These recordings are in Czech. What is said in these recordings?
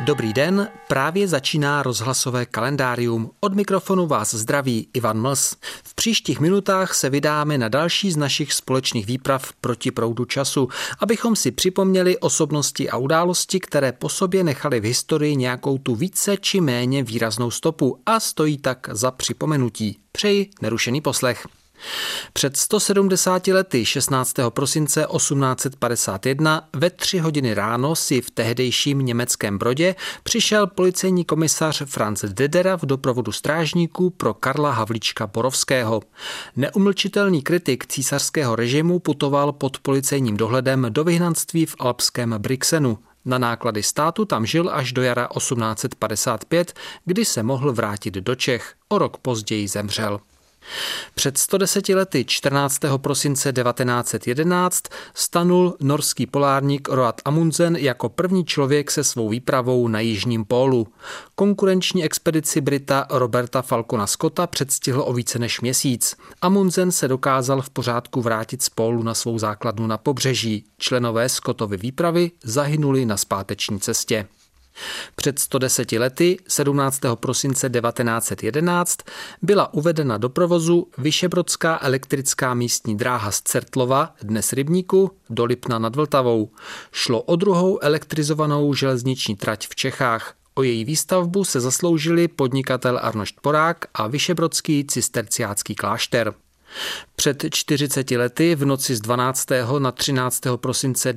Dobrý den, právě začíná rozhlasové kalendárium. Od mikrofonu vás zdraví Ivan Mls. V příštích minutách se vydáme na další z našich společných výprav proti proudu času, abychom si připomněli osobnosti a události, které po sobě nechaly v historii nějakou tu více či méně výraznou stopu a stojí tak za připomenutí. Přeji nerušený poslech. Před 170 lety 16. prosince 1851 ve 3 hodiny ráno si v tehdejším německém Brodě přišel policejní komisař Franz Dedera v doprovodu strážníků pro Karla Havlíčka Borovského. Neumlčitelný kritik císařského režimu putoval pod policejním dohledem do vyhnanství v alpském Brixenu. Na náklady státu tam žil až do jara 1855, kdy se mohl vrátit do Čech. O rok později zemřel. Před 110 lety 14. prosince 1911 stanul norský polárník Roald Amundsen jako první člověk se svou výpravou na jižním pólu. Konkurenční expedici Brita Roberta Falcona Scotta předstihl o více než měsíc. Amundsen se dokázal v pořádku vrátit z pólu na svou základnu na pobřeží. Členové Scottovy výpravy zahynuli na zpáteční cestě. Před 110 lety, 17. prosince 1911, byla uvedena do provozu Vyšehrodská elektrická místní dráha z Certlova, dnes Rybníku, do Lipna nad Vltavou. Šlo o druhou elektrizovanou železniční trať v Čechách. O její výstavbu se zasloužili podnikatel Arnošt Porák a vyšehrodský cisterciácký klášter. Před 40 lety v noci z 12. na 13. prosince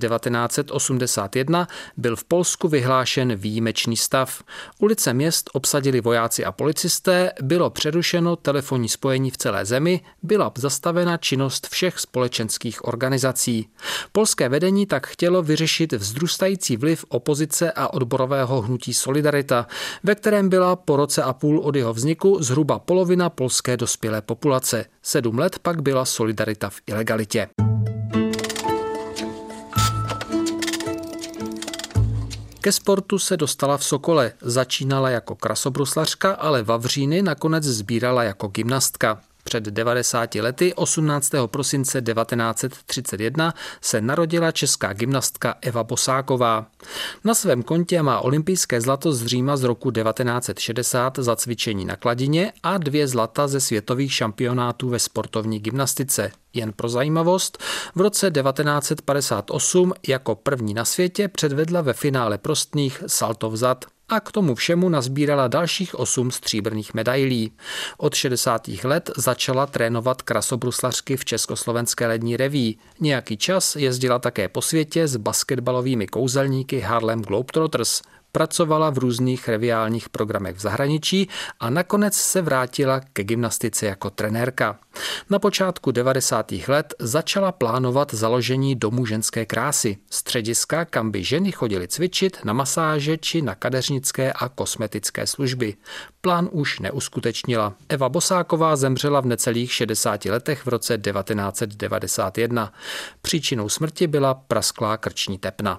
1981 byl v Polsku vyhlášen výjimečný stav. Ulice měst obsadili vojáci a policisté, bylo přerušeno telefonní spojení v celé zemi, byla zastavena činnost všech společenských organizací. Polské vedení tak chtělo vyřešit vzrůstající vliv opozice a odborového hnutí Solidarita, ve kterém byla po roce a půl od jeho vzniku zhruba polovina polské dospělé populace. 7 let pak byla Solidarita v ilegalitě. Ke sportu se dostala v Sokole. Začínala jako krasobruslařka, ale vavříny nakonec sbírala jako gymnastka. Před 90 lety, 18. prosince 1931, se narodila česká gymnastka Eva Bosáková. Na svém kontě má olympijské zlato z Říma z roku 1960 za cvičení na kladině a 2 zlata ze světových šampionátů ve sportovní gymnastice. Jen pro zajímavost, v roce 1958 jako první na světě předvedla ve finále prostných salto vzad. A k tomu všemu nazbírala dalších 8 stříbrných medailí. Od 60. let začala trénovat krasobruslařky v československé lední reví. Nějaký čas jezdila také po světě s basketbalovými kouzelníky Harlem Globetrotters. Pracovala v různých reviálních programech v zahraničí a nakonec se vrátila ke gymnastice jako trenérka. Na počátku 90. let začala plánovat založení domu ženské krásy, střediska, kam by ženy chodily cvičit na masáže či na kadeřnické a kosmetické služby. Plán už neuskutečnila. Eva Bosáková zemřela v necelých 60 letech v roce 1991. Příčinou smrti byla prasklá krční tepna.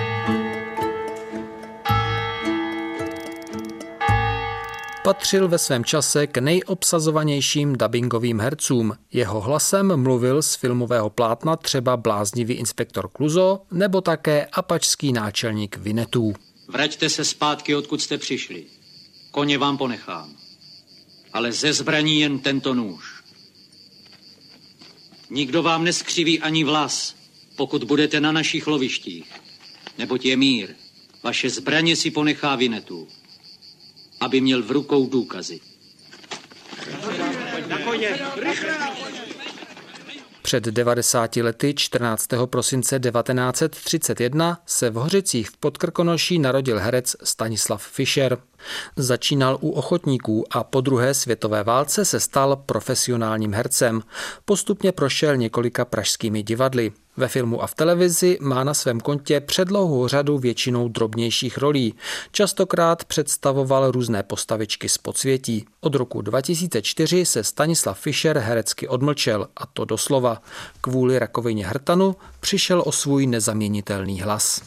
Patřil ve svém čase k nejobsazovanějším dabingovým hercům. Jeho hlasem mluvil z filmového plátna třeba Bláznivý inspektor Clouseau nebo také apačský náčelník Vinettů. Vraťte se zpátky, odkud jste přišli. Koně vám ponechám. Ale ze zbraní jen tento nůž. Nikdo vám neskřiví ani vlas, pokud budete na našich lovištích. Neboť je mír. Vaše zbraně si ponechá Vinettů, aby měl v rukou důkazy. Před 90 lety 14. prosince 1931 se v Hořicích v Podkrkonoší narodil herec Stanislav Fischer. Začínal u ochotníků a po druhé světové válce se stal profesionálním hercem. Postupně prošel několika pražskými divadly. Ve filmu a v televizi má na svém kontě předlouhou řadu většinou drobnějších rolí. Častokrát představoval různé postavičky z podsvětí. Od roku 2004 se Stanislav Fischer herecky odmlčel, a to doslova. Kvůli rakovině hrtanu přišel o svůj nezaměnitelný hlas.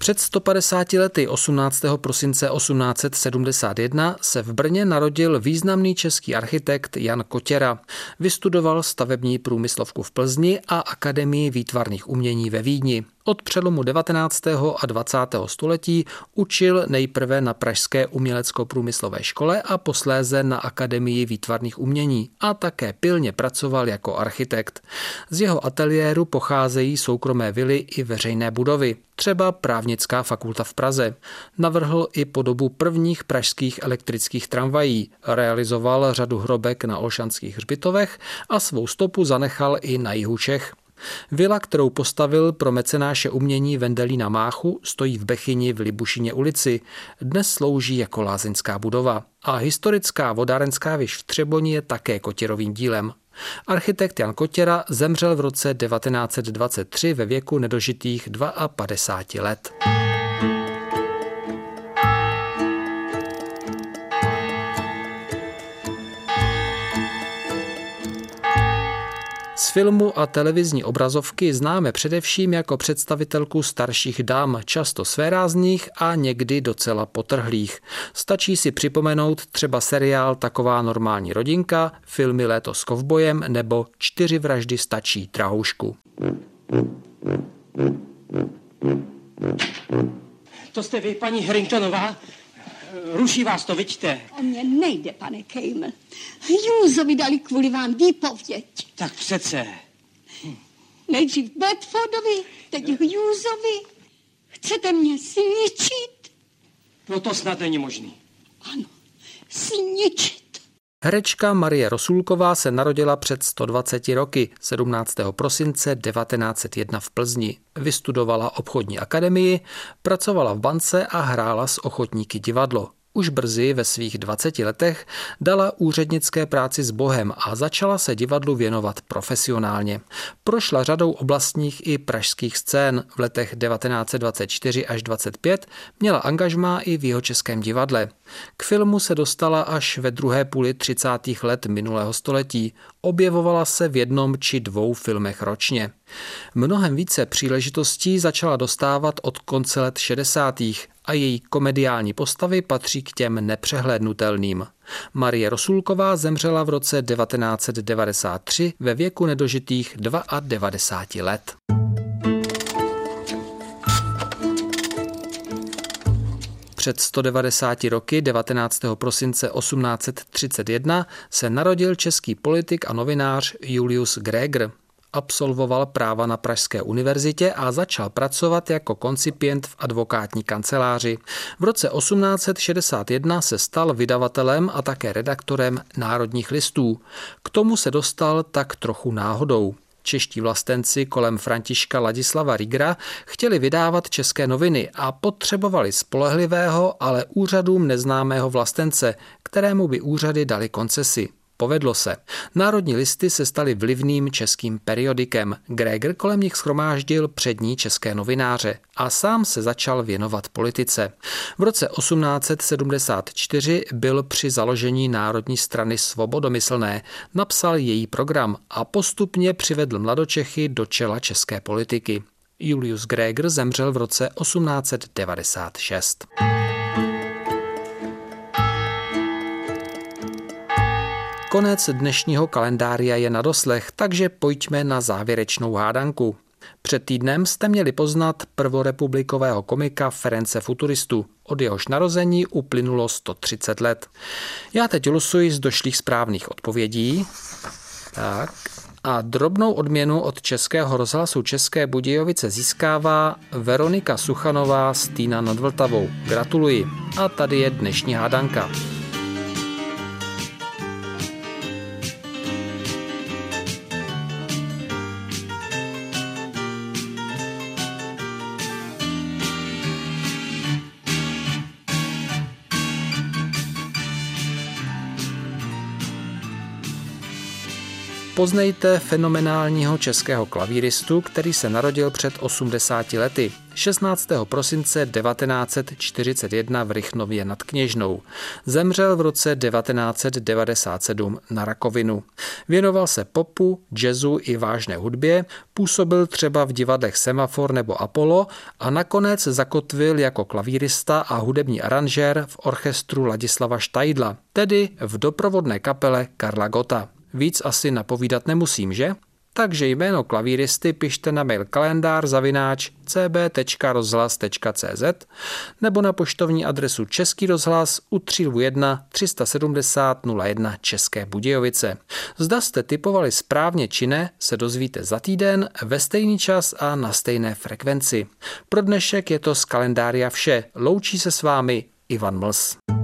Před 150 lety 18. prosince 1871 se v Brně narodil významný český architekt Jan Kotěra. Vystudoval stavební průmyslovku v Plzni a Akademii výtvarných umění ve Vídni. Od přelomu 19. a 20. století učil nejprve na pražské umělecko-průmyslové škole a posléze na Akademii výtvarných umění a také pilně pracoval jako architekt. Z jeho ateliéru pocházejí soukromé vily i veřejné budovy, třeba Právnická fakulta v Praze. Navrhl i podobu prvních pražských elektrických tramvají, realizoval řadu hrobek na Olšanských hřbitovech a svou stopu zanechal i na jihu Čech. Vila, kterou postavil pro mecenáše umění Vendelína Máchu, stojí v Bechyni v Libušině ulici. Dnes slouží jako lázeňská budova. A historická vodárenská věž v Třeboni je také Kotěrovým dílem. Architekt Jan Kotěra zemřel v roce 1923 ve věku nedožitých 52 let. Z filmu a televizní obrazovky známe především jako představitelku starších dam, často svérázných a někdy docela potrhlých. Stačí si připomenout třeba seriál Taková normální rodinka, filmy Léto s kovbojem nebo 4 vraždy stačí drahoušku. To jste vy, paní Harringtonová? Ruší vás to, vidíte? O mě nejde, pane Kejmel. Júzovi dali kvůli vám výpověď. Tak přece. Nejdřív Bedfordovi, teď Júzovi. Chcete mě zničit? No to snad není možný. Ano, zničit. Herečka Marie Rosulková se narodila před 120 roky, 17. prosince 1901 v Plzni. Vystudovala obchodní akademii, pracovala v bance a hrála s ochotníky divadlo. Už brzy ve svých 20 letech dala úřednické práci s Bohem a začala se divadlu věnovat profesionálně. Prošla řadou oblastních i pražských scén. V letech 1924 až 25 měla angažmá i v Jihočeském divadle. K filmu se dostala až ve druhé půli 30. let minulého století. Objevovala se v 1 či 2 filmech ročně. Mnohem více příležitostí začala dostávat od konce let 60. a její komediální postavy patří k těm nepřehlédnutelným. Marie Rosulková zemřela v roce 1993 ve věku nedožitých 92 let. Před 190 roky 19. prosince 1831 se narodil český politik a novinář Julius Grégr. Absolvoval práva na Pražské univerzitě a začal pracovat jako koncipient v advokátní kanceláři. V roce 1861 se stal vydavatelem a také redaktorem Národních listů. K tomu se dostal tak trochu náhodou. Čeští vlastenci kolem Františka Ladislava Riegera chtěli vydávat české noviny a potřebovali spolehlivého, ale úřadům neznámého vlastence, kterému by úřady dali koncesi. Povedlo se. Národní listy se staly vlivným českým periodikem. Grégr kolem nich shromáždil přední české novináře a sám se začal věnovat politice. V roce 1874 byl při založení Národní strany svobodomyslné, napsal její program a postupně přivedl mladočechy do čela české politiky. Julius Grégr zemřel v roce 1896. Konec dnešního kalendária je na doslech, takže pojďme na závěrečnou hádanku. Před týdnem jste měli poznat prvorepublikového komika Ference Futuristu. Od jehož narození uplynulo 130 let. Já teď losuji z došlých správných odpovědí. Tak. A drobnou odměnu od Českého rozhlasu České Budějovice získává Veronika Suchanová z Týna nad Vltavou. Gratuluji. A tady je dnešní hádanka. Poznejte fenomenálního českého klavíristu, který se narodil před 80 lety, 16. prosince 1941 v Rychnově nad Kněžnou. Zemřel v roce 1997 na rakovinu. Věnoval se popu, jazzu i vážné hudbě, působil třeba v divadlech Semafor nebo Apollo a nakonec zakotvil jako klavírista a hudební aranžér v orchestru Ladislava Štajdla, tedy v doprovodné kapele Karla Gotta. Víc asi napovídat nemusím, že? Takže jméno klavíristy pište na mail kalendar@cb.rozhlas.cz nebo na poštovní adresu Český rozhlas u 301 370 01 České Budějovice. Zda jste tipovali správně či ne, se dozvíte za týden ve stejný čas a na stejné frekvenci. Pro dnešek je to z kalendária vše. Loučí se s vámi Ivan Mls.